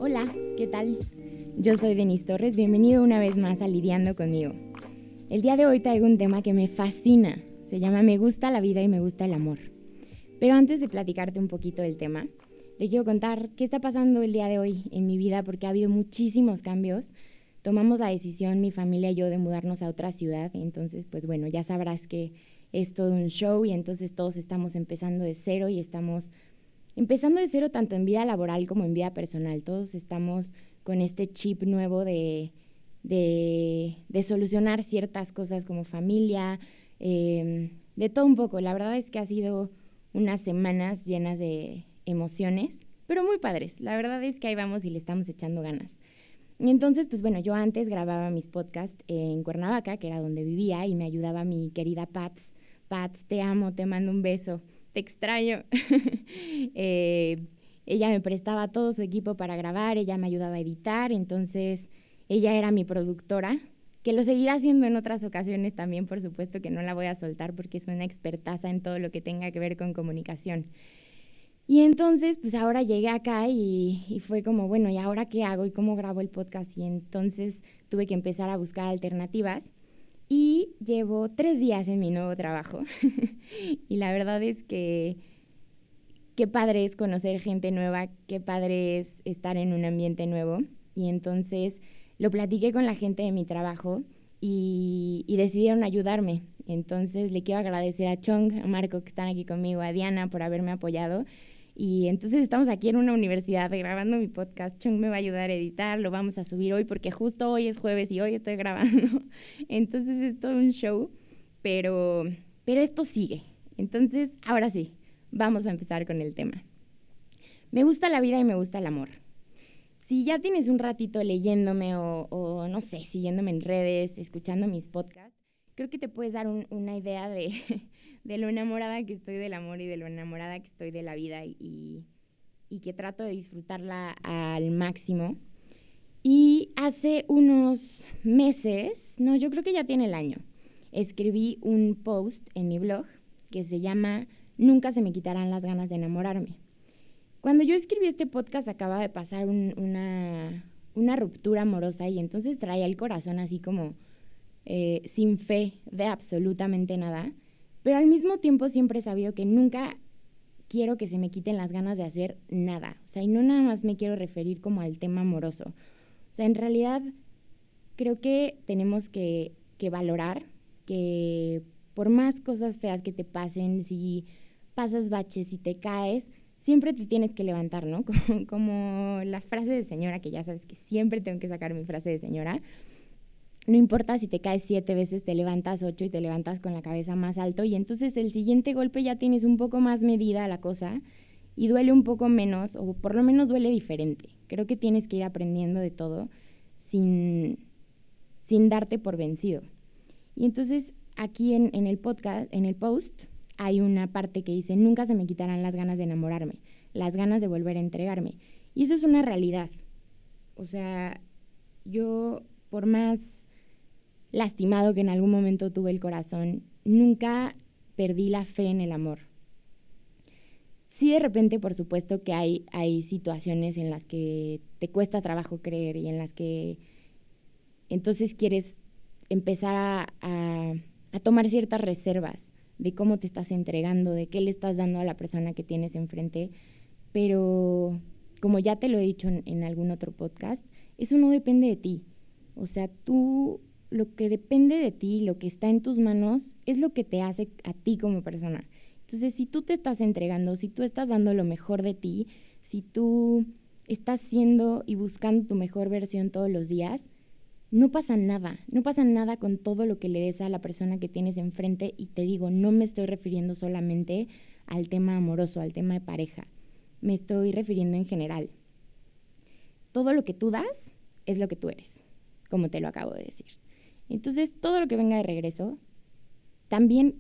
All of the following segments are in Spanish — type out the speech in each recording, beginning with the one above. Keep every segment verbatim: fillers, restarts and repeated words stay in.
Hola, ¿qué tal? Yo soy Denise Torres, bienvenido una vez más a Lidiando conmigo. El día de hoy traigo un tema que me fascina, se llama Me gusta la vida y me gusta el amor. Pero antes de platicarte un poquito del tema, te quiero contar qué está pasando el día de hoy en mi vida porque ha habido muchísimos cambios. Tomamos la decisión, mi familia y yo, de mudarnos a otra ciudad, entonces pues bueno, ya sabrás que es todo un show y entonces todos estamos empezando de cero y estamos empezando de cero tanto en vida laboral como en vida personal. Todos estamos con este chip nuevo de, de, de solucionar ciertas cosas como familia, eh, de todo un poco. La verdad es que ha sido unas semanas llenas de emociones, pero muy padres. La verdad es que ahí vamos y le estamos echando ganas. Y entonces, pues bueno, yo antes grababa mis podcasts en Cuernavaca, que era donde vivía, y me ayudaba mi querida Pats. Pats, te amo, te mando un beso, te extraño. eh, ella me prestaba todo su equipo para grabar, ella me ayudaba a editar, entonces ella era mi productora, que lo seguirá haciendo en otras ocasiones también, por supuesto que no la voy a soltar porque es una expertaza en todo lo que tenga que ver con comunicación. Y entonces, pues ahora llegué acá y, y fue como, bueno, ¿y ahora qué hago? ¿Y cómo grabo el podcast? Y entonces tuve que empezar a buscar alternativas y llevo tres días en mi nuevo trabajo. Y la verdad es que qué padre es conocer gente nueva, qué padre es estar en un ambiente nuevo. Y entonces lo platiqué con la gente de mi trabajo y, y decidieron ayudarme. Entonces le quiero agradecer a Chong, a Marco que están aquí conmigo, a Diana por haberme apoyado. Y entonces estamos aquí en una universidad grabando mi podcast. Chong me va a ayudar a editar, lo vamos a subir hoy porque justo hoy es jueves y hoy estoy grabando. Entonces es todo un show, pero, pero esto sigue. Entonces, ahora sí, vamos a empezar con el tema. Me gusta la vida y me gusta el amor. Si ya tienes un ratito leyéndome o, o no sé, siguiéndome en redes, escuchando mis podcasts, creo que te puedes dar un, una idea de, de lo enamorada que estoy del amor y de lo enamorada que estoy de la vida y, y que trato de disfrutarla al máximo. Y hace unos meses, no, yo creo que ya tiene el año, escribí un post en mi blog que se llama Nunca se me quitarán las ganas de enamorarme. Cuando yo escribí este podcast acababa de pasar un, una, una ruptura amorosa y entonces traía el corazón así como eh, sin fe de absolutamente nada, pero al mismo tiempo siempre he sabido que nunca quiero que se me quiten las ganas de hacer nada. O sea, y no nada más me quiero referir como al tema amoroso. O sea, en realidad creo que tenemos que, que valorar que por más cosas feas que te pasen, si pasas baches y te caes, siempre te tienes que levantar, ¿no? Como, como la frase de señora, que ya sabes que siempre tengo que sacar mi frase de señora. No importa si te caes siete veces, te levantas ocho y te levantas con la cabeza más alto y entonces el siguiente golpe ya tienes un poco más medida la cosa y duele un poco menos o por lo menos duele diferente. Creo que tienes que ir aprendiendo de todo sin, sin darte por vencido. Y entonces aquí en, en el podcast, en el post, hay una parte que dice, nunca se me quitarán las ganas de enamorarme, las ganas de volver a entregarme. Y eso es una realidad. O sea, yo, por más lastimado que en algún momento tuve el corazón, nunca perdí la fe en el amor. Sí, de repente, por supuesto que hay, hay situaciones en las que te cuesta trabajo creer y en las que entonces quieres empezar a, a, a tomar ciertas reservas de cómo te estás entregando, de qué le estás dando a la persona que tienes enfrente, pero como ya te lo he dicho en, en algún otro podcast, eso no depende de ti. O sea, tú, lo que depende de ti, lo que está en tus manos, es lo que te hace a ti como persona. Entonces, si tú te estás entregando, si tú estás dando lo mejor de ti, si tú estás siendo y buscando tu mejor versión todos los días, no pasa nada, no pasa nada con todo lo que le des a la persona que tienes enfrente y te digo, no me estoy refiriendo solamente al tema amoroso, al tema de pareja, me estoy refiriendo en general. Todo lo que tú das es lo que tú eres, como te lo acabo de decir. Entonces, todo lo que venga de regreso, también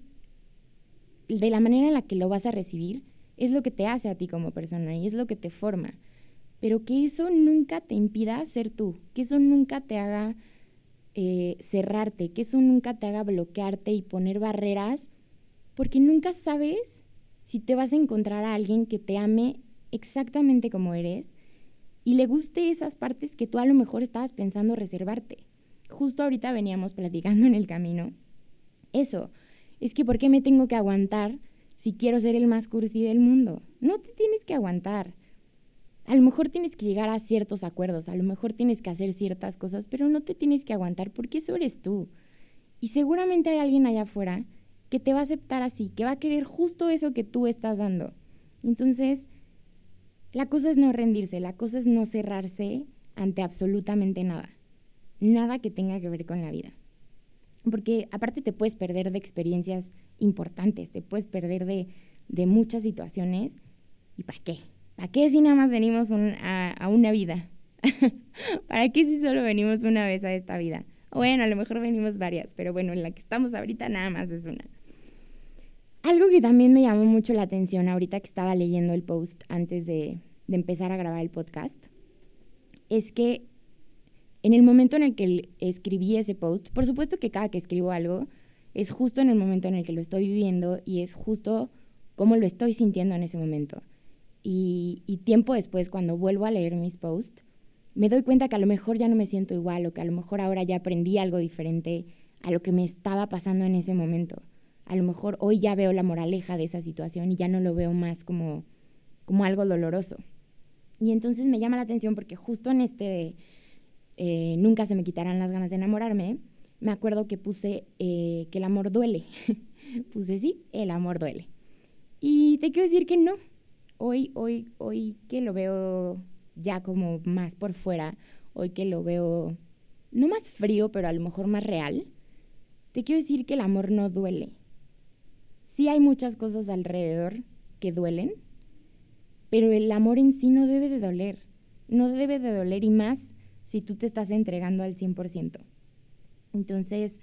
de la manera en la que lo vas a recibir, es lo que te hace a ti como persona y es lo que te forma. Pero que eso nunca te impida ser tú, que eso nunca te haga eh, cerrarte, que eso nunca te haga bloquearte y poner barreras, porque nunca sabes si te vas a encontrar a alguien que te ame exactamente como eres y le guste esas partes que tú a lo mejor estabas pensando reservarte. Justo ahorita veníamos platicando en el camino. Eso, es que ¿por qué me tengo que aguantar si quiero ser el más cursi del mundo? No te tienes que aguantar. A lo mejor tienes que llegar a ciertos acuerdos, a lo mejor tienes que hacer ciertas cosas, pero no te tienes que aguantar porque eso eres tú. Y seguramente hay alguien allá afuera que te va a aceptar así, que va a querer justo eso que tú estás dando. Entonces, la cosa es no rendirse, la cosa es no cerrarse ante absolutamente nada. Nada que tenga que ver con la vida. Porque aparte te puedes perder de experiencias importantes, te puedes perder de, de muchas situaciones. ¿Y para qué? ¿Para qué si nada más venimos un, a, a una vida? ¿Para qué si solo venimos una vez a esta vida? Bueno, a lo mejor venimos varias, pero bueno, en la que estamos ahorita nada más es una. Algo que también me llamó mucho la atención ahorita que estaba leyendo el post antes de, de empezar a grabar el podcast, es que en el momento en el que escribí ese post, por supuesto que cada que escribo algo es justo en el momento en el que lo estoy viviendo y es justo cómo lo estoy sintiendo en ese momento. Y, y tiempo después, cuando vuelvo a leer mis posts, me doy cuenta que a lo mejor ya no me siento igual o que a lo mejor ahora ya aprendí algo diferente a lo que me estaba pasando en ese momento. A lo mejor hoy ya veo la moraleja de esa situación y ya no lo veo más como, como algo doloroso. Y entonces me llama la atención porque justo en este de, eh, nunca se me quitarán las ganas de enamorarme, me acuerdo que puse eh, que el amor duele. Puse sí, el amor duele. Y te quiero decir que no. Hoy, hoy, hoy que lo veo ya como más por fuera, hoy que lo veo no más frío, pero a lo mejor más real, te quiero decir que el amor no duele. Sí hay muchas cosas alrededor que duelen, pero el amor en sí no debe de doler. No debe de doler y más si tú te estás entregando al cien por ciento. Entonces,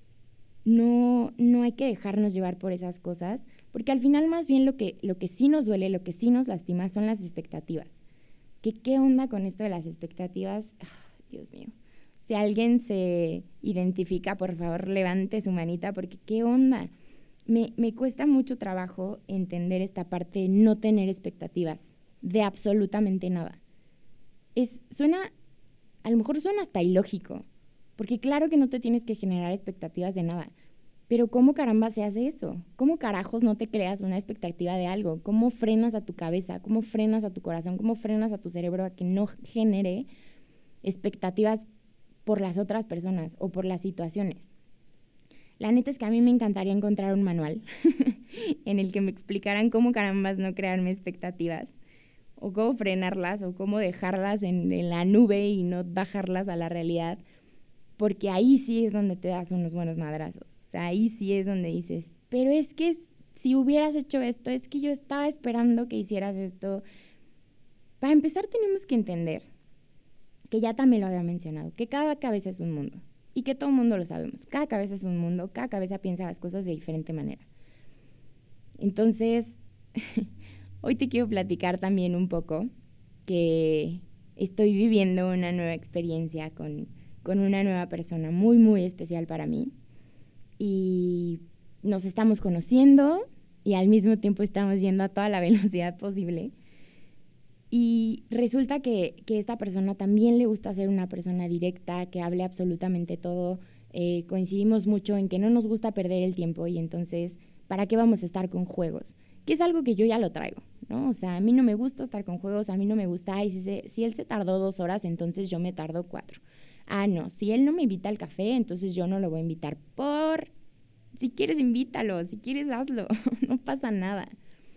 no, no hay que dejarnos llevar por esas cosas, porque al final más bien lo que, lo que sí nos duele, lo que sí nos lastima son las expectativas. ¿Qué, qué onda con esto de las expectativas? Oh, Dios mío. Si alguien se identifica, por favor, levante su manita, porque ¿qué onda? Me, me cuesta mucho trabajo entender esta parte de no tener expectativas de absolutamente nada. Es, suena, a lo mejor suena hasta ilógico, porque claro que no te tienes que generar expectativas de nada. Pero ¿cómo caramba se hace eso? ¿Cómo carajos no te creas una expectativa de algo? ¿Cómo frenas a tu cabeza? ¿Cómo frenas a tu corazón? ¿Cómo frenas a tu cerebro a que no genere expectativas por las otras personas o por las situaciones? La neta es que a mí me encantaría encontrar un manual en el que me explicaran cómo carambas no crearme expectativas, o cómo frenarlas, o cómo dejarlas en, en la nube y no bajarlas a la realidad, porque ahí sí es donde te das unos buenos madrazos. O sea, ahí sí es donde dices, pero es que si hubieras hecho esto, es que yo estaba esperando que hicieras esto. Para empezar tenemos que entender, que ya también lo había mencionado, que cada cabeza es un mundo. Y que todo el mundo lo sabemos. Cada cabeza es un mundo, cada cabeza piensa las cosas de diferente manera. Entonces, hoy te quiero platicar también un poco que estoy viviendo una nueva experiencia con, con una nueva persona muy, muy especial para mí. Y nos estamos conociendo y al mismo tiempo estamos yendo a toda la velocidad posible. Y resulta que, que esta persona también le gusta ser una persona directa, que hable absolutamente todo. Eh, coincidimos mucho en que no nos gusta perder el tiempo y entonces, ¿para qué vamos a estar con juegos? Que es algo que yo ya lo traigo, ¿no? O sea, a mí no me gusta estar con juegos, a mí no me gusta, ay, si, se, si él se tardó dos horas, entonces yo me tardo cuatro. Ah, no, si él no me invita al café, entonces yo no lo voy a invitar. Por, si quieres invítalo, si quieres hazlo, no pasa nada.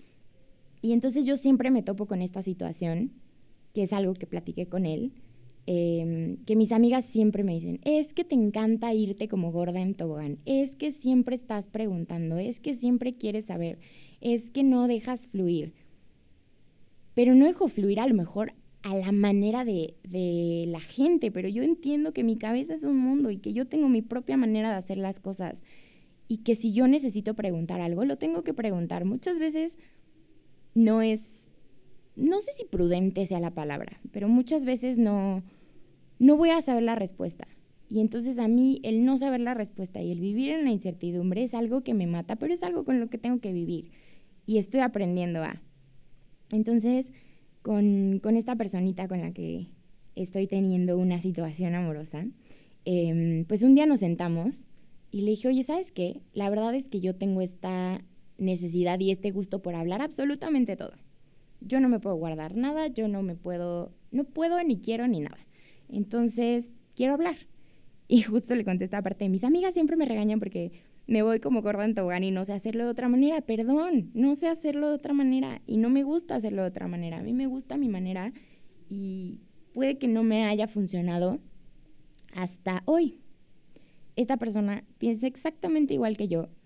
Y entonces yo siempre me topo con esta situación, que es algo que platiqué con él, eh, que mis amigas siempre me dicen, es que te encanta irte como gorda en tobogán, es que siempre estás preguntando, es que siempre quieres saber, es que no dejas fluir. Pero no dejo fluir a lo mejor a la manera de, de la gente, pero yo entiendo que mi cabeza es un mundo y que yo tengo mi propia manera de hacer las cosas. Y que si yo necesito preguntar algo, lo tengo que preguntar. Muchas veces no es, no sé si prudente sea la palabra, pero muchas veces no, no voy a saber la respuesta. Y entonces a mí el no saber la respuesta y el vivir en la incertidumbre es algo que me mata, pero es algo con lo que tengo que vivir. Y estoy aprendiendo a. Entonces, con, con esta personita con la que estoy teniendo una situación amorosa, eh, pues un día nos sentamos y le dije, oye, ¿sabes qué? La verdad es que yo tengo esta necesidad y este gusto por hablar absolutamente todo. Yo no me puedo guardar nada, yo no me puedo, no puedo ni quiero ni nada. Entonces, quiero hablar. Y justo le contesta aparte, mis amigas siempre me regañan porque me voy como gorda en tobogán y no sé hacerlo de otra manera. Perdón, no sé hacerlo de otra manera y no me gusta hacerlo de otra manera. A mí me gusta mi manera y puede que no me haya funcionado hasta hoy. Esta persona piensa exactamente igual que yo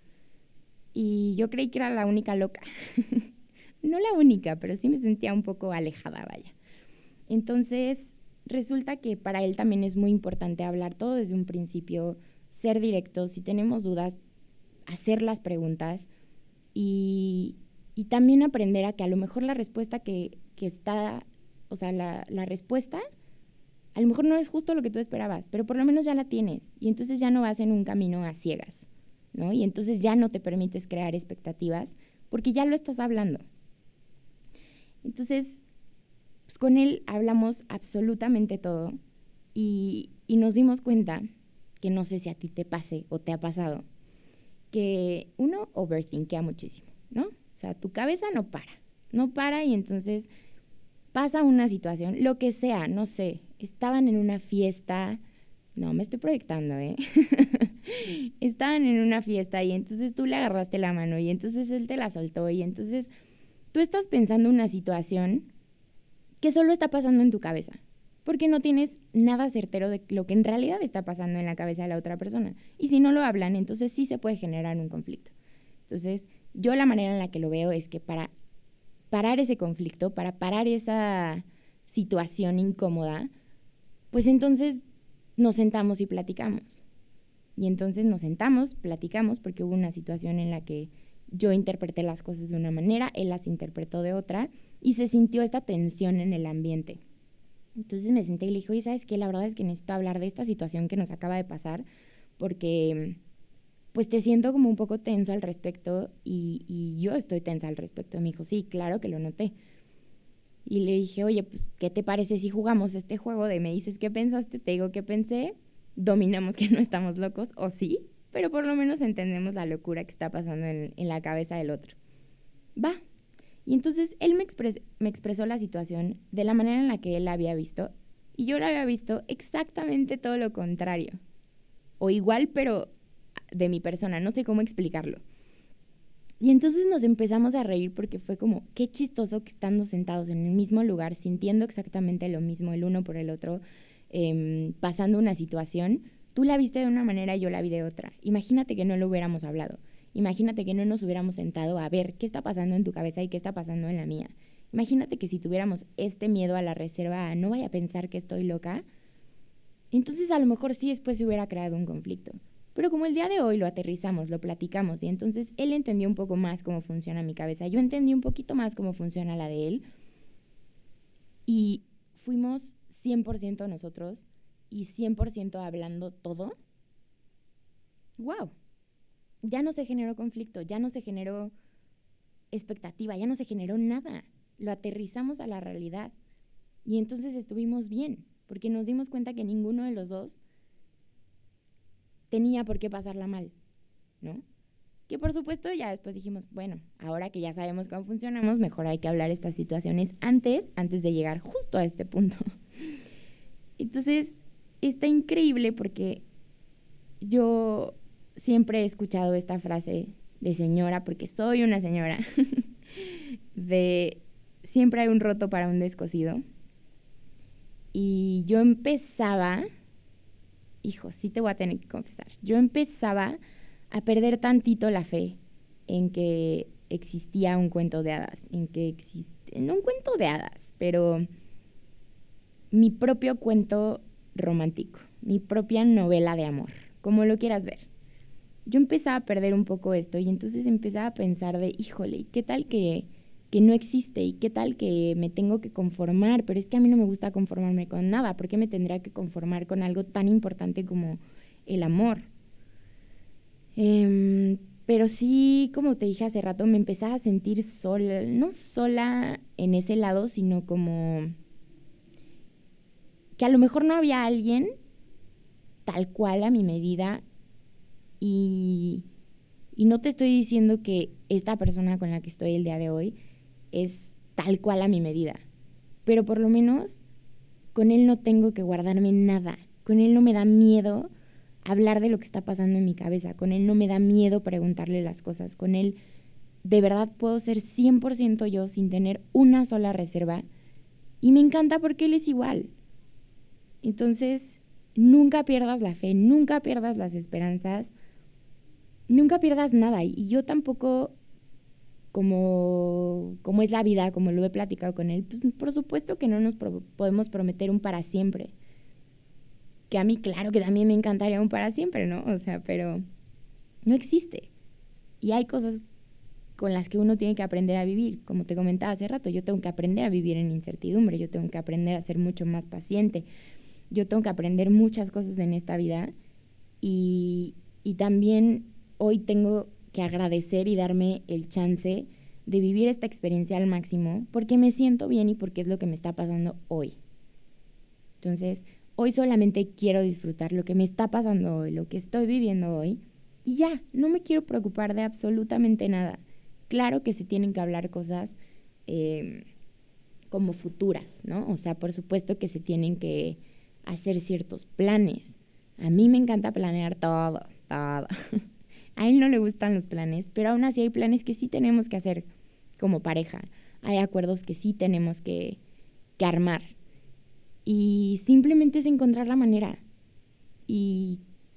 y yo creí que era la única loca. No la única, pero sí me sentía un poco alejada, vaya. Entonces, resulta que para él también es muy importante hablar todo desde un principio, ser directos, si tenemos dudas, hacer las preguntas y, y también aprender a que a lo mejor la respuesta que, que está, o sea, la, la respuesta a lo mejor no es justo lo que tú esperabas, pero por lo menos ya la tienes y entonces ya no vas en un camino a ciegas, ¿no? Y entonces ya no te permites crear expectativas porque ya lo estás hablando. Entonces, pues con él hablamos absolutamente todo y, y nos dimos cuenta, que no sé si a ti te pase o te ha pasado, que uno overthinkea muchísimo, ¿no? O sea, tu cabeza no para, no para y entonces pasa una situación, lo que sea, no sé, estaban en una fiesta, no, me estoy proyectando, ¿eh? Estaban en una fiesta y entonces tú le agarraste la mano y entonces él te la soltó y entonces tú estás pensando una situación que solo está pasando en tu cabeza, porque no tienes nada certero de lo que en realidad está pasando en la cabeza de la otra persona. Y si no lo hablan, entonces sí se puede generar un conflicto. Entonces, yo la manera en la que lo veo es que para parar ese conflicto, para parar esa situación incómoda, pues entonces nos sentamos y platicamos. Y entonces nos sentamos, platicamos, porque hubo una situación en la que yo interpreté las cosas de una manera, él las interpretó de otra, y se sintió esta tensión en el ambiente. Entonces me senté y le dije, oye, ¿sabes qué? La verdad es que necesito hablar de esta situación que nos acaba de pasar, porque pues te siento como un poco tenso al respecto, y, y yo estoy tensa al respecto. Me dijo, sí, claro que lo noté. Y le dije, oye, pues, ¿qué te parece si jugamos este juego de me dices qué pensaste, te digo qué pensé, dominamos que no estamos locos, o sí, pero por lo menos entendemos la locura que está pasando en, en la cabeza del otro? Va. Y entonces él me, expres- me expresó la situación de la manera en la que él la había visto, y yo la había visto exactamente todo lo contrario. O igual, pero de mi persona, no sé cómo explicarlo. Y entonces nos empezamos a reír porque fue como, qué chistoso que estando sentados en el mismo lugar, sintiendo exactamente lo mismo el uno por el otro, eh, pasando una situación, tú la viste de una manera y yo la vi de otra. Imagínate que no lo hubiéramos hablado. Imagínate que no nos hubiéramos sentado a ver qué está pasando en tu cabeza y qué está pasando en la mía. Imagínate que si tuviéramos este miedo a la reserva, a no vaya a pensar que estoy loca, entonces a lo mejor sí después se hubiera creado un conflicto. Pero como el día de hoy lo aterrizamos, lo platicamos y entonces él entendió un poco más cómo funciona mi cabeza, yo entendí un poquito más cómo funciona la de él y fuimos cien por ciento nosotros y cien por ciento hablando todo. ¡Wow! Ya no se generó conflicto, ya no se generó expectativa, ya no se generó nada. Lo aterrizamos a la realidad y entonces estuvimos bien, porque nos dimos cuenta que ninguno de los dos tenía por qué pasarla mal, ¿no? Que por supuesto ya después dijimos, bueno, ahora que ya sabemos cómo funcionamos, mejor hay que hablar estas situaciones antes, antes de llegar justo a este punto. Entonces, está increíble porque yo siempre he escuchado esta frase de señora, porque soy una señora, de siempre hay un roto para un descosido. Y yo empezaba, hijo, sí te voy a tener que confesar, yo empezaba a perder tantito la fe en que existía un cuento de hadas, en que existe, no un cuento de hadas, pero mi propio cuento romántico, mi propia novela de amor, como lo quieras ver. Yo empezaba a perder un poco esto y entonces empezaba a pensar de, híjole, ¿qué tal que, que no existe? ¿Y qué tal que me tengo que conformar? Pero es que a mí no me gusta conformarme con nada. ¿Por qué me tendría que conformar con algo tan importante como el amor? Eh, Pero sí, como te dije hace rato, me empezaba a sentir sola, no sola en ese lado, sino como que a lo mejor no había alguien tal cual a mi medida y, y no te estoy diciendo que esta persona con la que estoy el día de hoy es tal cual a mi medida, pero por lo menos con él no tengo que guardarme nada, con él no me da miedo hablar de lo que está pasando en mi cabeza, con él no me da miedo preguntarle las cosas, con él de verdad puedo ser cien por ciento yo sin tener una sola reserva y me encanta porque él es igual. Entonces, nunca pierdas la fe, nunca pierdas las esperanzas, nunca pierdas nada. Y yo tampoco, como, como es la vida, como lo he platicado con él, pues, por supuesto que no nos pro- podemos prometer un para siempre. Que a mí, claro que también me encantaría un para siempre, ¿no? O sea, pero no existe. Y hay cosas con las que uno tiene que aprender a vivir. Como te comentaba hace rato, yo tengo que aprender a vivir en incertidumbre, yo tengo que aprender a ser mucho más paciente, yo tengo que aprender muchas cosas en esta vida y, y también hoy tengo que agradecer y darme el chance de vivir esta experiencia al máximo porque me siento bien y porque es lo que me está pasando hoy. Entonces, hoy solamente quiero disfrutar lo que me está pasando hoy, lo que estoy viviendo hoy y ya, no me quiero preocupar de absolutamente nada. Claro que se tienen que hablar cosas eh, como futuras, ¿no? O sea, por supuesto que se tienen que hacer ciertos planes. A mí me encanta planear todo, todo. A él no le gustan los planes, pero aún así hay planes que sí tenemos que hacer como pareja. Hay acuerdos que sí tenemos que, que armar. Y simplemente es encontrar la manera. Y,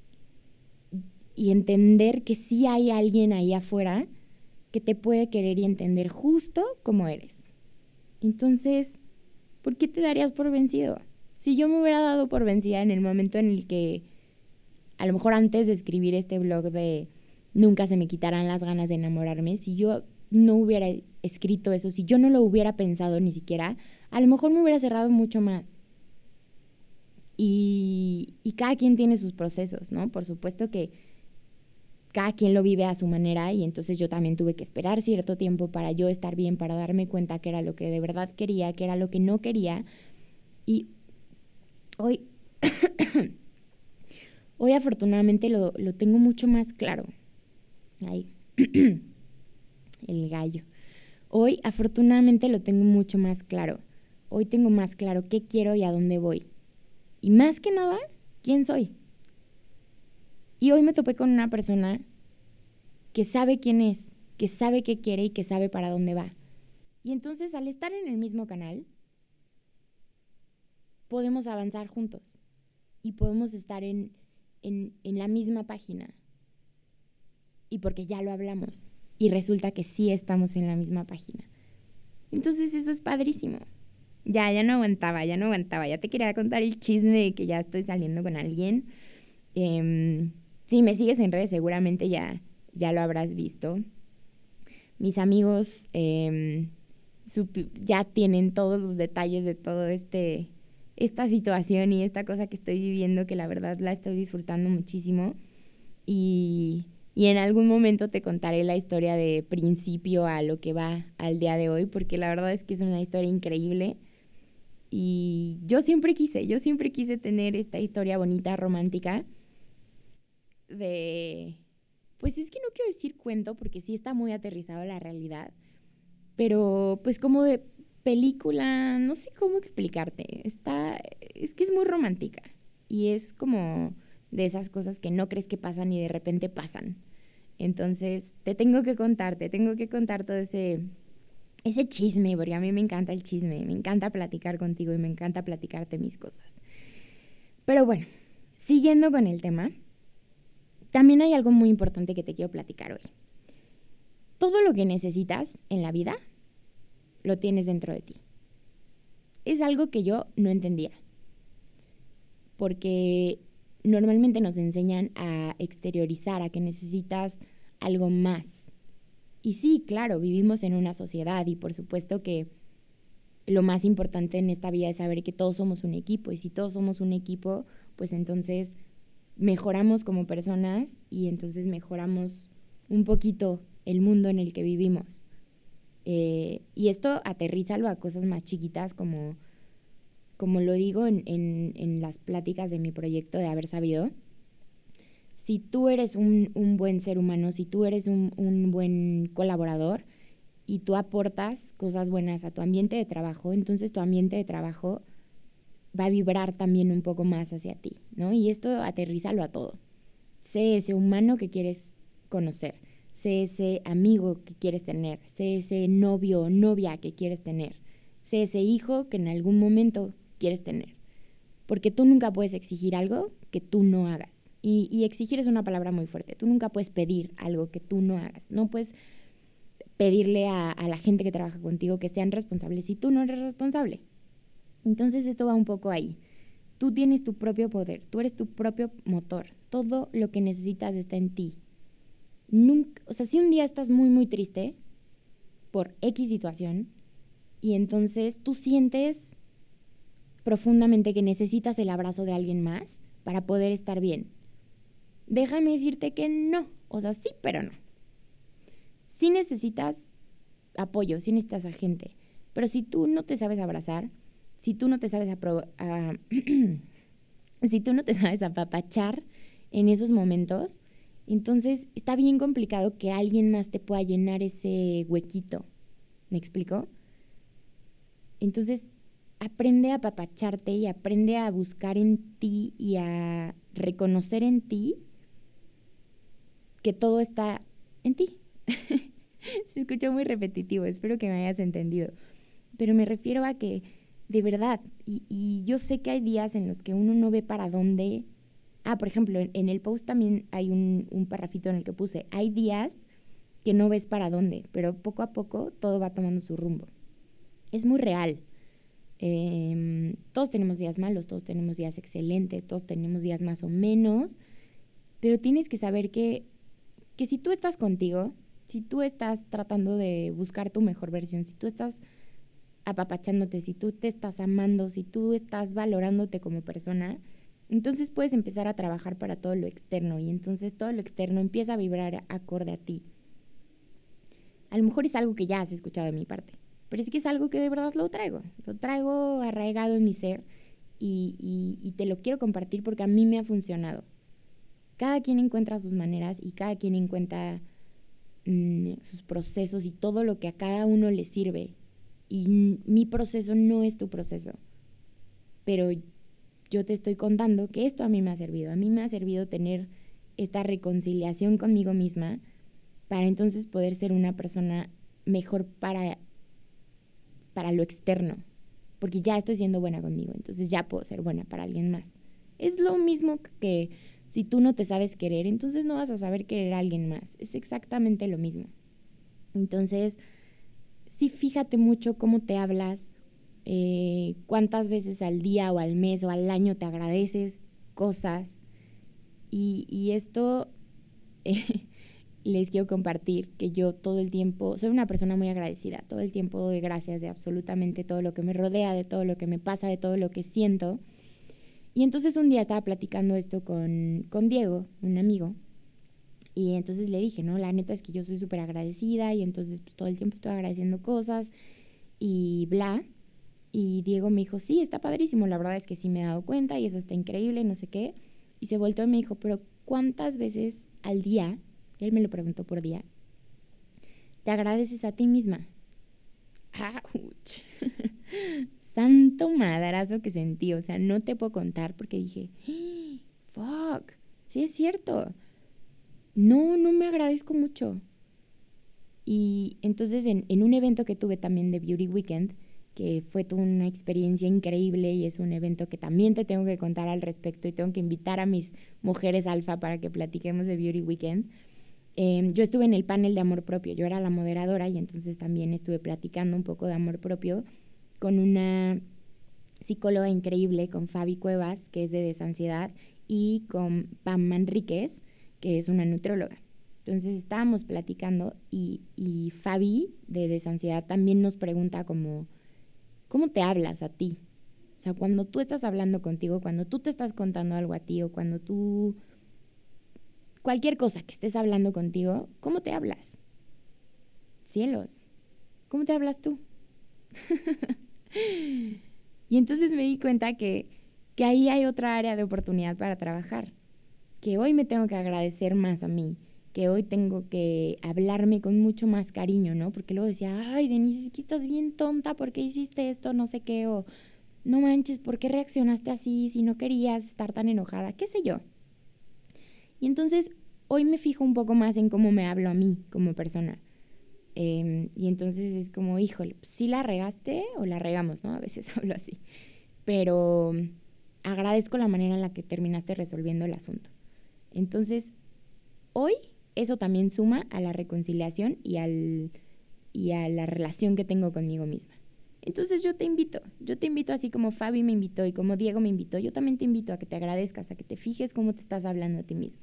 y entender que sí hay alguien ahí afuera que te puede querer y entender justo como eres. Entonces, ¿por qué te darías por vencido? Si yo me hubiera dado por vencida en el momento en el que, a lo mejor antes de escribir este blog de nunca se me quitarán las ganas de enamorarme, si yo no hubiera escrito eso, si yo no lo hubiera pensado ni siquiera, a lo mejor me hubiera cerrado mucho más. Y, y cada quien tiene sus procesos, ¿no? Por supuesto que cada quien lo vive a su manera y entonces yo también tuve que esperar cierto tiempo para yo estar bien, para darme cuenta que era lo que de verdad quería, que era lo que no quería. Y hoy, hoy afortunadamente lo, lo tengo mucho más claro. Ay, el gallo. Hoy afortunadamente lo tengo mucho más claro. Hoy tengo más claro qué quiero y a dónde voy. Y más que nada, quién soy. Y hoy me topé con una persona que sabe quién es, que sabe qué quiere y que sabe para dónde va. Y entonces al estar en el mismo canal, podemos avanzar juntos y podemos estar en, en, en la misma página. Y porque ya lo hablamos y resulta que sí estamos en la misma página. Entonces eso es padrísimo. Ya, ya no aguantaba, ya no aguantaba. Ya te quería contar el chisme de que ya estoy saliendo con alguien. Eh, si me sigues en redes seguramente ya, ya lo habrás visto. Mis amigos eh, supi- ya tienen todos los detalles de todo este esta situación y esta cosa que estoy viviendo, que la verdad la estoy disfrutando muchísimo. Y, y en algún momento te contaré la historia de principio a lo que va al día de hoy, porque la verdad es que es una historia increíble. Y yo siempre quise, yo siempre quise tener esta historia bonita, romántica, de... Pues es que no quiero decir cuento, porque sí está muy aterrizado a la realidad, pero pues como de película, no sé cómo explicarte, está, es que es muy romántica y es como de esas cosas que no crees que pasan y de repente pasan. Entonces, te tengo que contar, te tengo que contar todo ese, ese chisme, porque a mí me encanta el chisme, me encanta platicar contigo y me encanta platicarte mis cosas. Pero bueno, siguiendo con el tema, también hay algo muy importante que te quiero platicar hoy. Todo lo que necesitas en la vida lo tienes dentro de ti. Es algo que yo no entendía, porque normalmente nos enseñan a exteriorizar, a que necesitas algo más. Y sí, claro, vivimos en una sociedad y por supuesto que lo más importante en esta vida es saber que todos somos un equipo y si todos somos un equipo, pues entonces mejoramos como personas y entonces mejoramos un poquito el mundo en el que vivimos. Eh, y esto aterrízalo a cosas más chiquitas como, como lo digo en, en, en las pláticas de mi proyecto de Haber Sabido. Si tú eres un, un buen ser humano, si tú eres un, un buen colaborador y tú aportas cosas buenas a tu ambiente de trabajo, entonces tu ambiente de trabajo va a vibrar también un poco más hacia ti, ¿no? Y esto aterrízalo a todo. Sé ese humano que quieres conocer, sé ese amigo que quieres tener, sé ese novio o novia que quieres tener, sé ese hijo que en algún momento quieres tener. Porque tú nunca puedes exigir algo que tú no hagas. Y, y exigir es una palabra muy fuerte. Tú nunca puedes pedir algo que tú no hagas. No puedes pedirle a, a la gente que trabaja contigo que sean responsables si tú no eres responsable. Entonces esto va un poco ahí. Tú tienes tu propio poder, tú eres tu propio motor. Todo lo que necesitas está en ti. Nunca, o sea, si un día estás muy, muy triste por X situación y entonces tú sientes profundamente que necesitas el abrazo de alguien más para poder estar bien, déjame decirte que no. O sea, sí, pero no. Sí necesitas apoyo, sí necesitas a gente. Pero si tú no te sabes abrazar, si tú no te sabes apro- a, si tú no te sabes apapachar en esos momentos, entonces está bien complicado que alguien más te pueda llenar ese huequito. ¿Me explico? Entonces, aprende a apapacharte y aprende a buscar en ti y a reconocer en ti que todo está en ti. Se escuchó muy repetitivo, espero que me hayas entendido. Pero me refiero a que, de verdad, y, y yo sé que hay días en los que uno no ve para dónde. Ah, por ejemplo, en, en el post también hay un, un parrafito en el que puse, hay días que no ves para dónde, pero poco a poco todo va tomando su rumbo. Es muy real. Eh, todos tenemos días malos, todos tenemos días excelentes, todos tenemos días más o menos, pero tienes que saber que, que si tú estás contigo, si tú estás tratando de buscar tu mejor versión, si tú estás apapachándote, si tú te estás amando, si tú estás valorándote como persona, entonces puedes empezar a trabajar para todo lo externo y entonces todo lo externo empieza a vibrar acorde a ti. A lo mejor es algo que ya has escuchado de mi parte, pero es que es algo que de verdad lo traigo, lo traigo arraigado en mi ser y, y, y te lo quiero compartir porque a mí me ha funcionado. Cada quien encuentra sus maneras y cada quien encuentra mmm, sus procesos y todo lo que a cada uno le sirve. Y mi proceso no es tu proceso, pero yo te estoy contando que esto a mí me ha servido. A mí me ha servido tener esta reconciliación conmigo misma para entonces poder ser una persona mejor para, para lo externo, porque ya estoy siendo buena conmigo, entonces ya puedo ser buena para alguien más. Es lo mismo que si tú no te sabes querer, entonces no vas a saber querer a alguien más. Es exactamente lo mismo. Entonces, sí, fíjate mucho cómo te hablas, eh, cuántas veces al día o al mes o al año te agradeces cosas. Y, y esto eh, les quiero compartir que yo todo el tiempo, soy una persona muy agradecida, todo el tiempo doy gracias de absolutamente todo lo que me rodea, de todo lo que me pasa, de todo lo que siento. Y entonces un día estaba platicando esto con, con Diego, un amigo, y entonces le dije, no, la neta es que yo soy súper agradecida y entonces pues, todo el tiempo estoy agradeciendo cosas y bla. Y Diego me dijo, sí, está padrísimo, la verdad es que sí me he dado cuenta y eso está increíble, no sé qué. Y se volteó y me dijo, pero ¿cuántas veces al día, él me lo preguntó por día, te agradeces a ti misma? ¡Auch! Santo madrazo que sentí, o sea, no te puedo contar porque dije, fuck, sí es cierto. No, no me agradezco mucho. Y entonces en, en un evento que tuve también de Beauty Weekend, que fue toda una experiencia increíble y es un evento que también te tengo que contar al respecto y tengo que invitar a mis mujeres alfa para que platiquemos de Beauty Weekend. Eh, yo estuve en el panel de amor propio, yo era la moderadora y entonces también estuve platicando un poco de amor propio con una psicóloga increíble, con Fabi Cuevas, que es de desansiedad, y con Pam Manríquez, que es una nutrióloga. Entonces estábamos platicando y, y Fabi de desansiedad también nos pregunta como, ¿cómo te hablas a ti? O sea, cuando tú estás hablando contigo, cuando tú te estás contando algo a ti o cuando tú cualquier cosa que estés hablando contigo, ¿cómo te hablas? Cielos, ¿cómo te hablas tú? Y entonces me di cuenta que, que ahí hay otra área de oportunidad para trabajar, que hoy me tengo que agradecer más a mí, que hoy tengo que hablarme con mucho más cariño, ¿no? Porque luego decía, ay, Denise, es que estás bien tonta, ¿por qué hiciste esto? No sé qué, o no manches, ¿por qué reaccionaste así si no querías estar tan enojada? ¿Qué sé yo? Y entonces hoy me fijo un poco más en cómo me hablo a mí como persona. Eh, y entonces es como, híjole, ¿sí la regaste o la regamos, no? A veces hablo así. Pero agradezco la manera en la que terminaste resolviendo el asunto. Entonces, hoy eso también suma a la reconciliación y, al, y a la relación que tengo conmigo misma. Entonces yo te invito, yo te invito así como Fabi me invitó y como Diego me invitó, yo también te invito a que te agradezcas, a que te fijes cómo te estás hablando a ti mismo.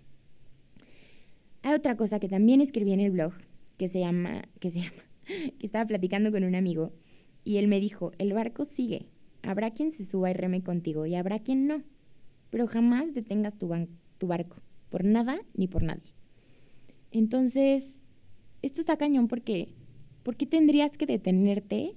Hay otra cosa que también escribí en el blog, que se llama, que se llama, que estaba platicando con un amigo y él me dijo, el barco sigue, habrá quien se suba y reme contigo y habrá quien no, pero jamás detengas tu, ban- tu barco, por nada ni por nadie. Entonces, esto está cañón porque, ¿por qué tendrías que detenerte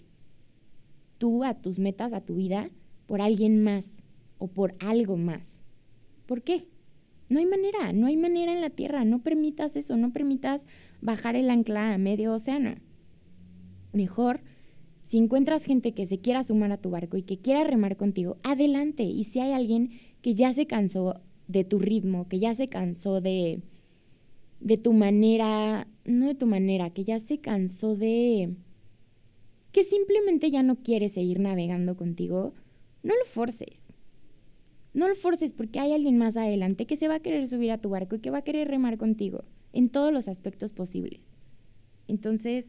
tú a tus metas, a tu vida, por alguien más o por algo más? ¿Por qué? No hay manera, no hay manera en la tierra, no permitas eso, no permitas bajar el ancla a medio océano. Mejor, si encuentras gente que se quiera sumar a tu barco y que quiera remar contigo, adelante. Y si hay alguien que ya se cansó de tu ritmo, que ya se cansó de, de tu manera, no de tu manera, que ya se cansó de, que simplemente ya no quiere seguir navegando contigo, no lo forces. No lo forces porque hay alguien más adelante que se va a querer subir a tu barco y que va a querer remar contigo en todos los aspectos posibles. Entonces,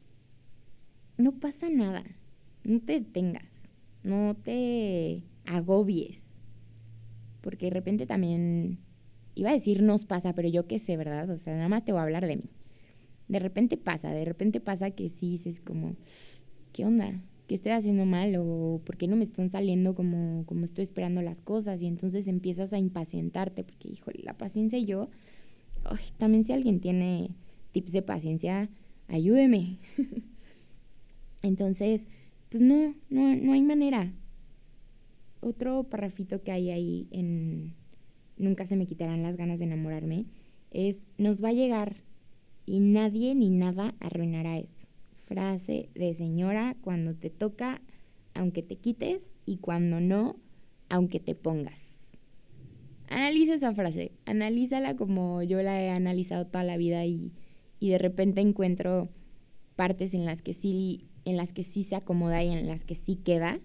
no pasa nada. No te detengas. No te agobies. Porque de repente también, iba a decir nos pasa, pero yo qué sé, ¿verdad? O sea, nada más te voy a hablar de mí. De repente pasa, de repente pasa que sí dices como, ¿qué onda? ¿Qué estoy haciendo mal? ¿O por qué no me están saliendo como, como estoy esperando las cosas? Y entonces empiezas a impacientarte, porque, híjole, la paciencia y yo, ay, también si alguien tiene tips de paciencia, ayúdeme. Entonces, pues no, no, no hay manera. Otro parrafito que hay ahí en Nunca se me quitarán las ganas de enamorarme es, nos va a llegar y nadie ni nada arruinará eso. Frase de señora, cuando te toca, aunque te quites, y cuando no, aunque te pongas. Analiza esa frase, analízala como yo la he analizado toda la vida y, y de repente encuentro partes en las que sí, en las que sí se acomoda y en las que sí queda,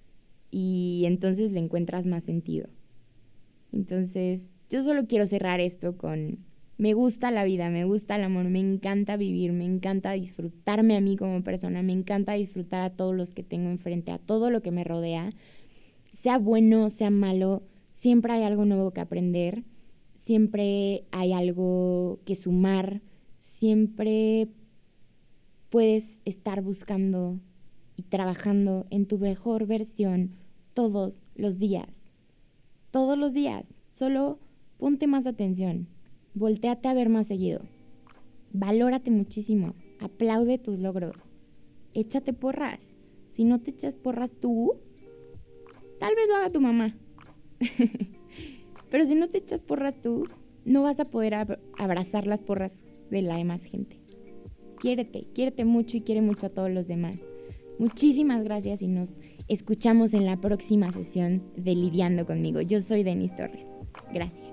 y entonces le encuentras más sentido. Entonces, yo solo quiero cerrar esto con, me gusta la vida, me gusta el amor, me encanta vivir, me encanta disfrutarme a mí como persona, me encanta disfrutar a todos los que tengo enfrente, a todo lo que me rodea, sea bueno, sea malo, siempre hay algo nuevo que aprender, siempre hay algo que sumar, siempre puedes estar buscando y trabajando en tu mejor versión todos los días. Todos los días, solo ponte más atención, voltéate a ver más seguido, valórate muchísimo, aplaude tus logros, échate porras. Si no te echas porras tú, tal vez lo haga tu mamá. Pero si no te echas porras tú, no vas a poder ab- abrazar las porras de la demás gente. Quiérete, quiérete mucho y quiere mucho a todos los demás. Muchísimas gracias y nos escuchamos en la próxima sesión de Lidiando conmigo. Yo soy Denise Torres. Gracias.